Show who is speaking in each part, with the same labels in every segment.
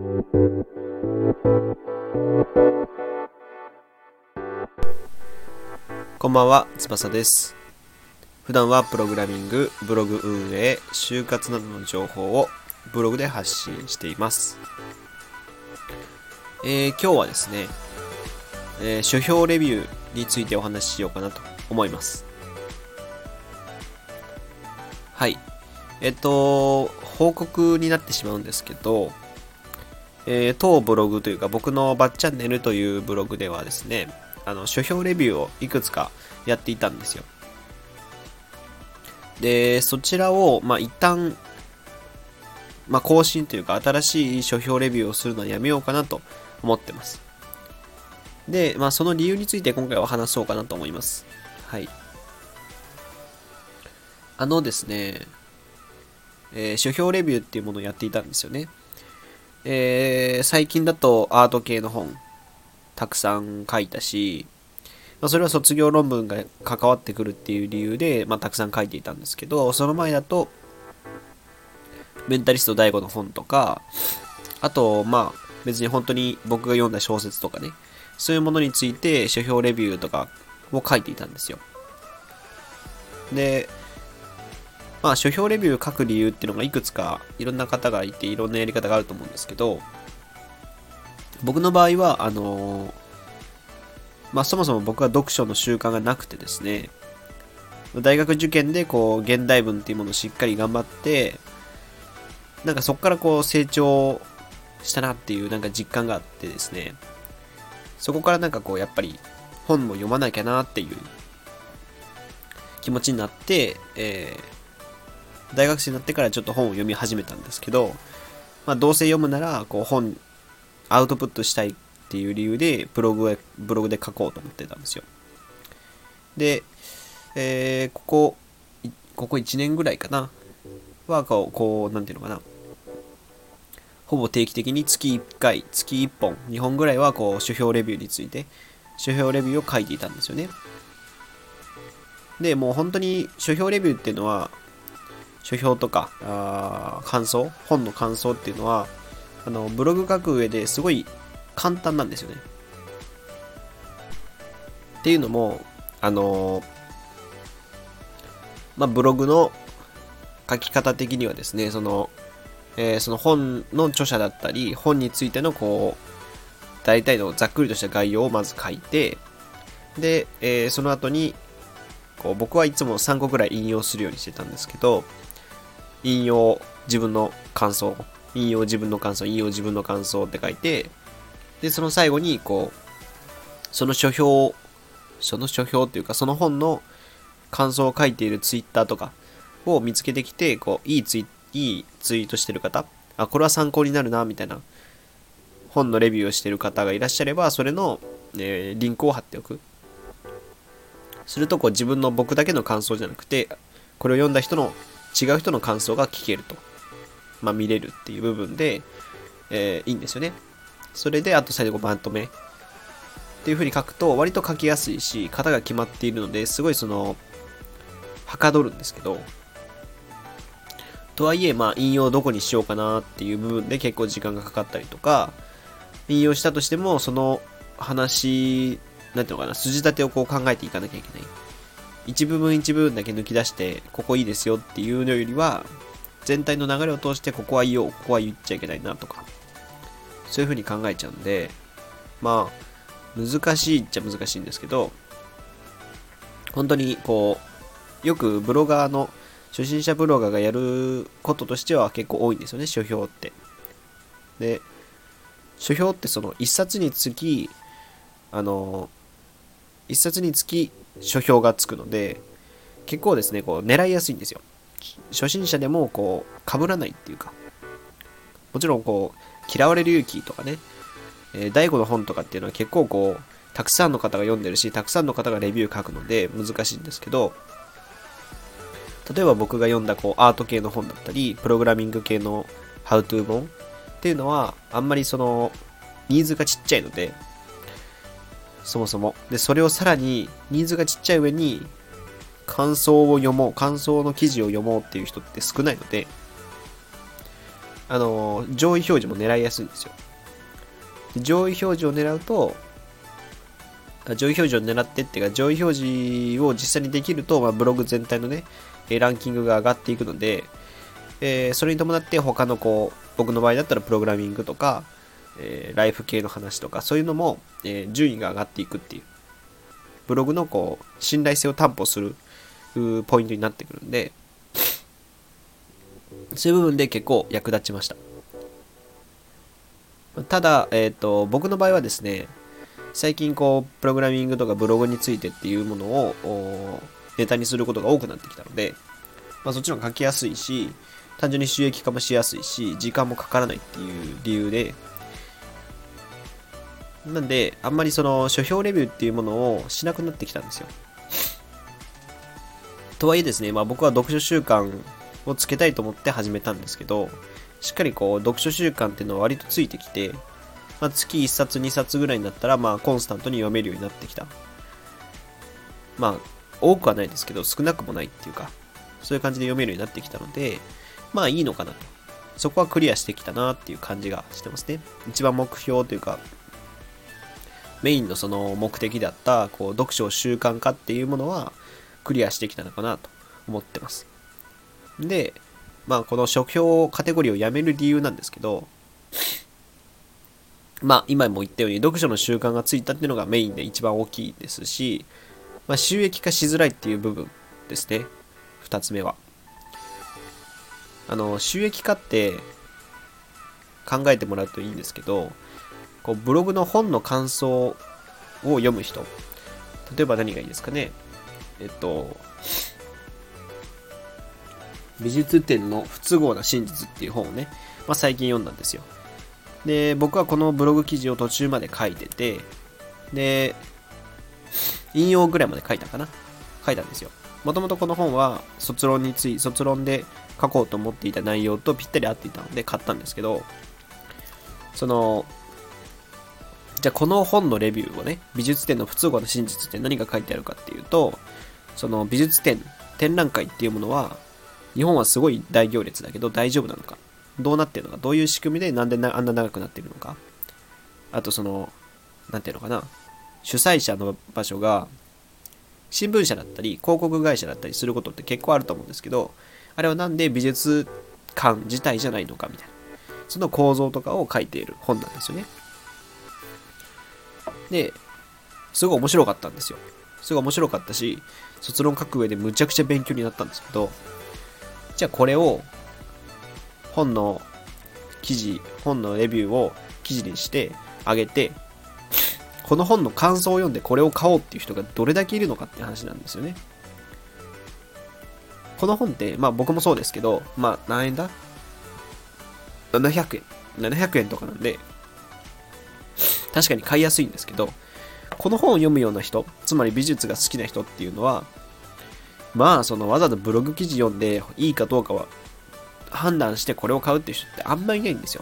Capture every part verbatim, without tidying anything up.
Speaker 1: こんばんは、翼です。普段はプログラミング、ブログ運営、就活などの情報をブログで発信しています。えー、今日はですね、えー、書評レビューについてお話ししようかなと思います。はい。えっと、報告になってしまうんですけど、えー、当ブログというか僕のバッチャンネルというブログではですね、あの書評レビューをいくつかやっていたんですよ。で、そちらを、まあ、一旦、まあ、更新というか新しい書評レビューをするのはやめようかなと思ってます。で、まあ、その理由について今回は話そうかなと思います。はい。あのですね、えー、書評レビューっていうものをやっていたんですよね。えー、最近だとアート系の本たくさん書いたし、まあ、それは卒業論文が関わってくるっていう理由で、まあ、たくさん書いていたんですけど、その前だとメンタリスト ダイゴ の本とか、あとまあ別に本当に僕が読んだ小説とかね、そういうものについて書評レビューとかを書いていたんですよ。で、まあ書評レビュー書く理由っていうのがいくつかいろんな方がいていろんなやり方があると思うんですけど、僕の場合はあのーまあそもそも僕は読書の習慣がなくてですね、大学受験でこう現代文っていうものをしっかり頑張って、なんかそこからこう成長したなっていうなんか実感があってですね、そこからなんかこうやっぱり本も読まなきゃなっていう気持ちになって、えー、大学生になってからちょっと本を読み始めたんですけど、まあ、どうせ読むならこう本アウトプットしたいっていう理由でブログへブログで書こうと思ってたんですよ。で、えー、ここここいちねんぐらいかなはこうこうなんていうのかな、ほぼ定期的に月いっかい、月いっぽん、にほんぐらいはこう書評レビューについて書評レビューを書いていたんですよね。で、もう本当に書評レビューっていうのは、書評とかあ感想、本の感想っていうのは、あのブログ書く上ですごい簡単なんですよね。っていうのも、あのまあ、ブログの書き方的にはですね、そのえー、その本の著者だったり本についてのこう大体のざっくりとした概要をまず書いて、で、えー、その後にこう僕はいつもさんこぐらい引用するようにしてたんですけど、引用自分の感想、引用自分の感想、引用自分の感想って書いて、でその最後にこうその書評その書評っていうかその本の感想を書いているツイッターとかを見つけてきて、こういいツイいいツイートしてる方、あ、これは参考になるなみたいな本のレビューをしてる方がいらっしゃれば、それの、えーリンクを貼っておく。するとこう自分の僕だけの感想じゃなくて、これを読んだ人の違う人の感想が聞けると、まあ、見れるっていう部分で、えーいいんですよね。それであと最後まとめっていう風に書くと割と書きやすいし、型が決まっているのですごいそのはかどるんですけど、とはいえ、まあ、引用どこにしようかなっていう部分で結構時間がかかったりとか、引用したとしても、その話、なんていうのかな、筋立てをこう考えていかなきゃいけない。一部分一部分だけ抜き出して、ここいいですよっていうのよりは、全体の流れを通して、ここは言おう、ここは言っちゃいけないなとか、そういう風に考えちゃうんで、まあ、難しいっちゃ難しいんですけど、本当にこう、よくブロガーの初心者ブロガーがやることとしては結構多いんですよね、書評って。で、書評ってその一冊につき、あの、一冊につき書評がつくので、結構ですね、こう狙いやすいんですよ。初心者でもこう被らないっていうか、もちろんこう嫌われる勇気とかね、えー、大悟の本とかっていうのは結構こうたくさんの方が読んでるし、たくさんの方がレビュー書くので難しいんですけど、例えば僕が読んだこうアート系の本だったりプログラミング系のハウトゥー本っていうのはあんまりそのニーズがちっちゃいので、そもそもでそれをさらにニーズがちっちゃい上に感想を読もう感想の記事を読もうっていう人って少ないので、 あの上位表示も狙いやすいんですよ。で上位表示を狙うと、上位表示を狙ってっていうか、上位表示を実際にできると、まあ、ブログ全体のね、ランキングが上がっていくので、えー、それに伴って他のこう、僕の場合だったらプログラミングとか、えー、ライフ系の話とか、そういうのも、えー、順位が上がっていくっていう、ブログのこう、信頼性を担保するポイントになってくるんで、そういう部分で結構役立ちました。ただ、えっと、僕の場合はですね、最近こう、プログラミングとかブログについてっていうものをネタにすることが多くなってきたので、まあ、そっちの方が書きやすいし、単純に収益化もしやすいし、時間もかからないっていう理由で、なんで、あんまりその書評レビューっていうものをしなくなってきたんですよ。とはいえですね、まあ僕は読書習慣をつけたいと思って始めたんですけど、しっかりこう、読書習慣っていうのは割とついてきて、まあ、月いっさつにさつぐらいになったら、まあコンスタントに読めるようになってきた。まあ、多くはないですけど、少なくもないっていうか、そういう感じで読めるようになってきたので、まあいいのかなと。そこはクリアしてきたなっていう感じがしてますね。一番目標というか、メインのその目的であった、こう、読書を習慣化っていうものは、クリアしてきたのかなと思ってます。で、まあこの書評カテゴリーをやめる理由なんですけど、まあ今も言ったように読書の習慣がついたっていうのがメインで一番大きいですし、まあ、収益化しづらいっていう部分ですね。二つ目は。あの、収益化って考えてもらうといいんですけど、こうブログの本の感想を読む人。例えば何がいいですかね。えっと、美術展の不都合な真実っていう本をね、まあ、最近読んだんですよ。で、僕はこのブログ記事を途中まで書いてて、で、引用ぐらいまで書いたかな書いたんですよ。もともとこの本は卒論につい、卒論で書こうと思っていた内容とぴったり合っていたので買ったんですけど、その、じゃあこの本のレビューをね、美術展の不都合な真実って何が書いてあるかっていうと、その美術展、展覧会っていうものは、日本はすごい大行列だけど大丈夫なのか、どうなってるのか、どういう仕組みでなんでなあんな長くなってるのか、あとその、なんていうのかな、主催者の場所が新聞社だったり広告会社だったりすることって結構あると思うんですけど、あれはなんで美術館自体じゃないのかみたいな、その構造とかを書いている本なんですよね。で、すごい面白かったんですよ。すごい面白かったし、卒論書く上でむちゃくちゃ勉強になったんですけど、じゃあこれを本の記事、本のレビューを記事にしてあげて、この本の感想を読んでこれを買おうっていう人がどれだけいるのかって話なんですよね。この本って、まあ僕もそうですけど、まあ何円だ ?ななひゃくえん。ななひゃくえんとかなんで、確かに買いやすいんですけど、この本を読むような人、つまり美術が好きな人っていうのは、まあそのわざわざブログ記事読んでいいかどうかは判断してこれを買うっていう人ってあんまりいないんですよ。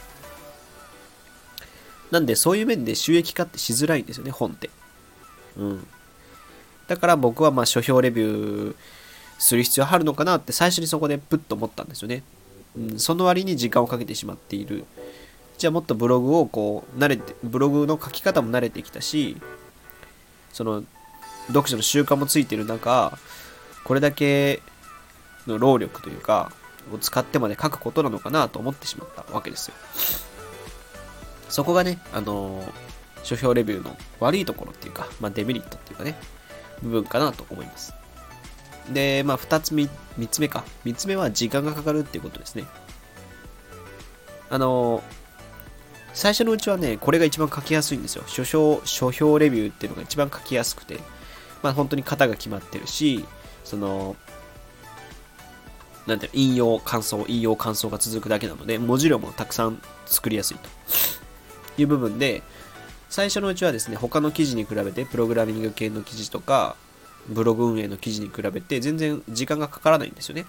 Speaker 1: なんでそういう面で収益化ってしづらいんですよね、本って。うん。だから僕はまあ書評レビューする必要あるのかなって最初にそこでプッと思ったんですよね。うん、その割に時間をかけてしまっている。じゃあもっとブログをこう慣れて、ブログの書き方も慣れてきたし、その読書の習慣もついている中、これだけの労力というかを使ってまで書くことなのかなと思ってしまったわけですよ。そこがね、あのー、書評レビューの悪いところっていうか、まあ、デメリットっていうかね、部分かなと思います。で、まあ、二つみ、三つ目か。三つ目は時間がかかるっていうことですね。あのー、最初のうちはね、これが一番書きやすいんですよ。書評、書評レビューっていうのが一番書きやすくて、まあ、本当に型が決まってるし、その、なんていうの、引用、感想、引用、感想が続くだけなので、文字量もたくさん作りやすいという部分で、最初のうちはですね、他の記事に比べて、プログラミング系の記事とか、ブログ運営の記事に比べて、全然時間がかからないんですよね。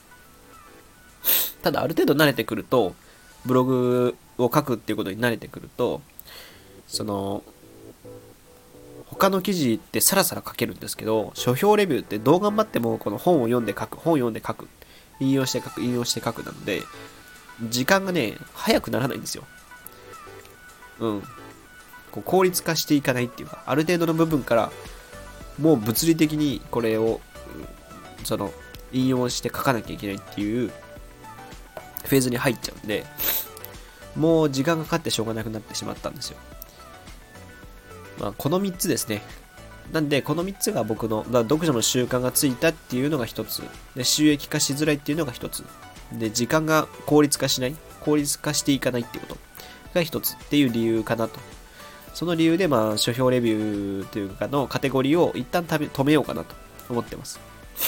Speaker 1: ただ、ある程度慣れてくると、ブログを書くっていうことに慣れてくると、その、他の記事ってさらさら書けるんですけど、書評レビューってどう頑張ってもこの本を読んで書く、本を読んで書く、引用して書く、引用して書くなので、 時間がね、早くならないんですよ。うん。こう効率化していかないっていうか、ある程度の部分から、もう物理的にこれを、その、引用して書かなきゃいけないっていうフェーズに入っちゃうんで、もう時間がかかってしょうがなくなってしまったんですよ。まあ、このみっつですね。なんで、このみっつが僕の、だ読書の習慣がついたっていうのが一つ。で、収益化しづらいっていうのが一つ。で、時間が効率化しない。効率化していかないっていうことが一つっていう理由かなと。その理由で、まあ、書評レビューというかのカテゴリーを一旦止めようかなと思ってます。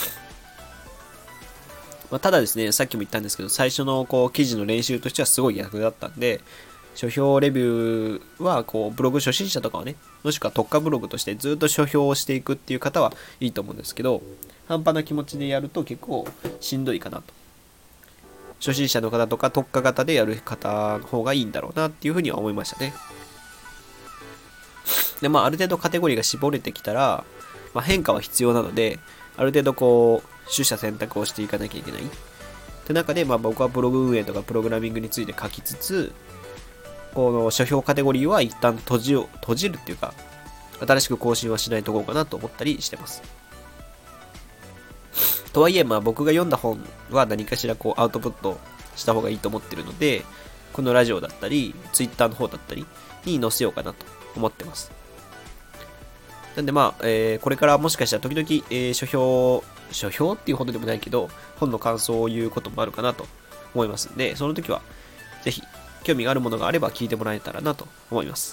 Speaker 1: まあ、ただですね、さっきも言ったんですけど、最初のこう記事の練習としてはすごい役だったんで、書評レビューはこうブログ初心者とかはね、もしくは特化ブログとしてずっと書評をしていくっていう方はいいと思うんですけど、半端な気持ちでやると結構しんどいかなと。初心者の方とか特化型でやる方の方がいいんだろうなっていうふうには思いましたね。で、まあある程度カテゴリーが絞れてきたら、まあ、変化は必要なので、ある程度こう、取捨選択をしていかなきゃいけない。って中で、まあ僕はブログ運営とかプログラミングについて書きつつ、この書評カテゴリーは一旦閉じを、閉じるっていうか、新しく更新はしないとこうかなと思ったりしてます。とはいえ、まあ僕が読んだ本は何かしらこうアウトプットした方がいいと思ってるので、このラジオだったり、ツイッターの方だったりに載せようかなと思ってます。なんでまあ、えー、これからもしかしたら時々、えー、書評、書評っていうほどでもないけど、本の感想を言うこともあるかなと思いますんで、その時は、ぜひ、興味があるものがあれば聞いてもらえたらなと思います。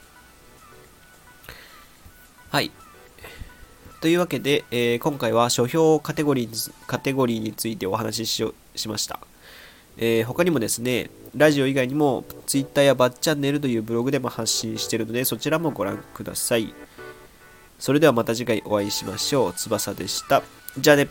Speaker 1: はい。というわけで、えー、今回は書評カテゴリー、カテゴリーについてお話し し, しました。えー、他にもですね、ラジオ以外にも Twitter やバッチャンネルというブログでも発信しているので、そちらもご覧ください。それではまた次回お会いしましょう。翼でした。じゃあね。